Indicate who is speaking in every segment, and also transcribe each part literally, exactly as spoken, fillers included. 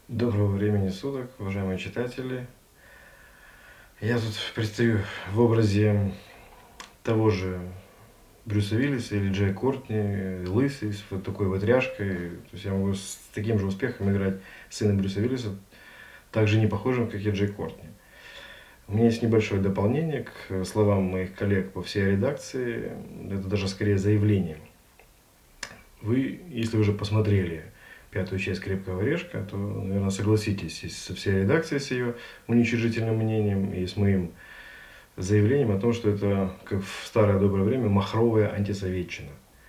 Speaker 1: Доброго времени суток, уважаемые читатели. Я тут предстаю в образе того же Брюса Уиллиса или Джей Кортни, лысый, с вот такой вот ряжкой. То есть я могу с таким же успехом играть сына Брюса Уиллиса, также не похожим, как и Джей Кортни. У меня есть небольшое дополнение к словам моих коллег по всей редакции. Это даже скорее заявление. Вы, если уже посмотрели пятую часть «Крепкого орешка», то, наверное, согласитесь и со всей редакцией, с ее уничижительным мнением и с моим заявлением о том, что это, как в старое доброе время, махровая антисоветчина.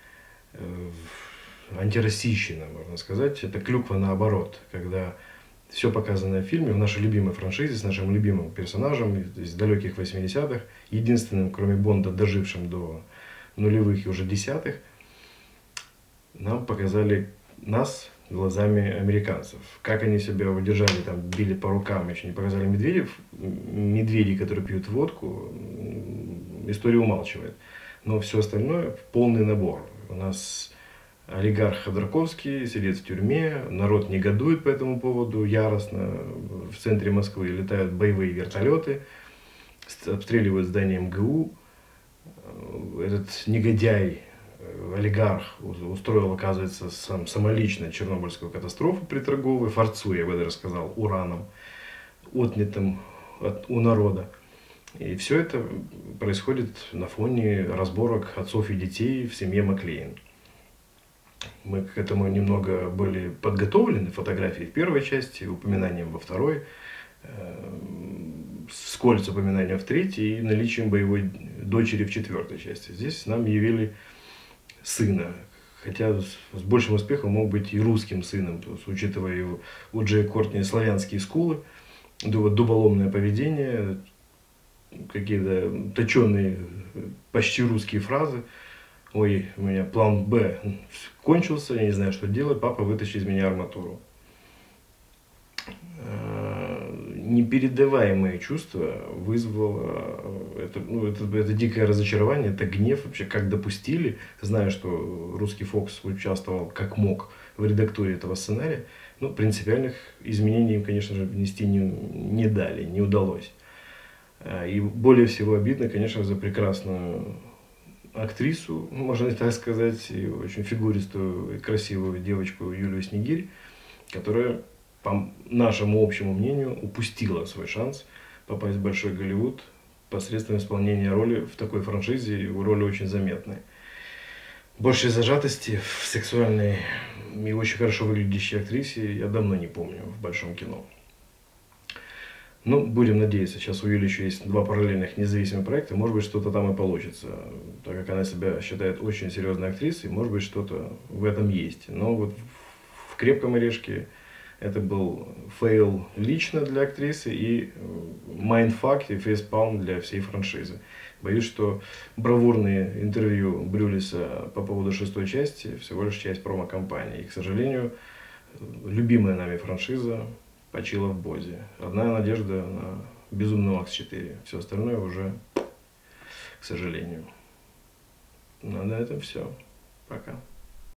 Speaker 1: Антироссийщина, можно сказать. Это клюква наоборот, когда все показанное в фильме, в нашей любимой франшизе, с нашим любимым персонажем из далеких восьмидесятых, единственным, кроме Бонда, дожившим до нулевых и уже десятых, нам показали нас глазами американцев. Как они себя удержали, там, били по рукам, еще не показали медведев, медведей, которые пьют водку, история умалчивает. Но все остальное полный набор. У нас олигарх Ходорковский сидит в тюрьме, народ негодует по этому поводу яростно. В центре Москвы летают боевые вертолеты, обстреливают здание МГУ. Этот негодяй, олигарх, устроил, оказывается, сам самолично чернобыльскую катастрофу при торговой, форцуя, я бы даже сказал, ураном, отнятым от, у народа. И все это происходит на фоне разборок отцов и детей в семье Маклейн. Мы к этому немного были подготовлены, фотографии в первой части, упоминанием во второй, вскользь упоминанием в третьей и наличием боевой дочери в четвертой части. Здесь нам явили сына, хотя с большим успехом мог быть и русским сыном, то есть, учитывая его, у Джея Кортни славянские скулы, дуболомное поведение, какие-то точеные почти русские фразы. Ой, у меня план Б кончился, я не знаю, что делать, папа, вытащи из меня арматуру. Непередаваемые чувства вызвало это, ну, это, это дикое разочарование, это гнев вообще, как допустили, зная, что русский Фокс участвовал как мог в редактуре этого сценария, ну, принципиальных изменений им, конечно же, внести не, не дали, не удалось. И более всего обидно, конечно, за прекрасную актрису, можно так сказать, и очень фигуристую и красивую девочку Юлию Снегирь, которая, по нашему общему мнению, упустила свой шанс попасть в большой Голливуд посредством исполнения роли в такой франшизе, и роли очень заметной. Большей зажатости в сексуальной и очень хорошо выглядящей актрисе я давно не помню в большом кино. Ну, будем надеяться, сейчас у Юли еще есть два параллельных независимых проекта, может быть, что-то там и получится, так как она себя считает очень серьезной актрисой, может быть, что-то в этом есть. Но вот в «Крепком орешке» это был фейл лично для актрисы и майндфак и фейспалм для всей франшизы. Боюсь, что бравурные интервью Брюлиса по поводу шестой части всего лишь часть промо-компании. И, к сожалению, любимая нами франшиза почила в бозе. Одна надежда на «Безумный Макс четыре». Все остальное уже, к сожалению. Ну, на этом все. Пока.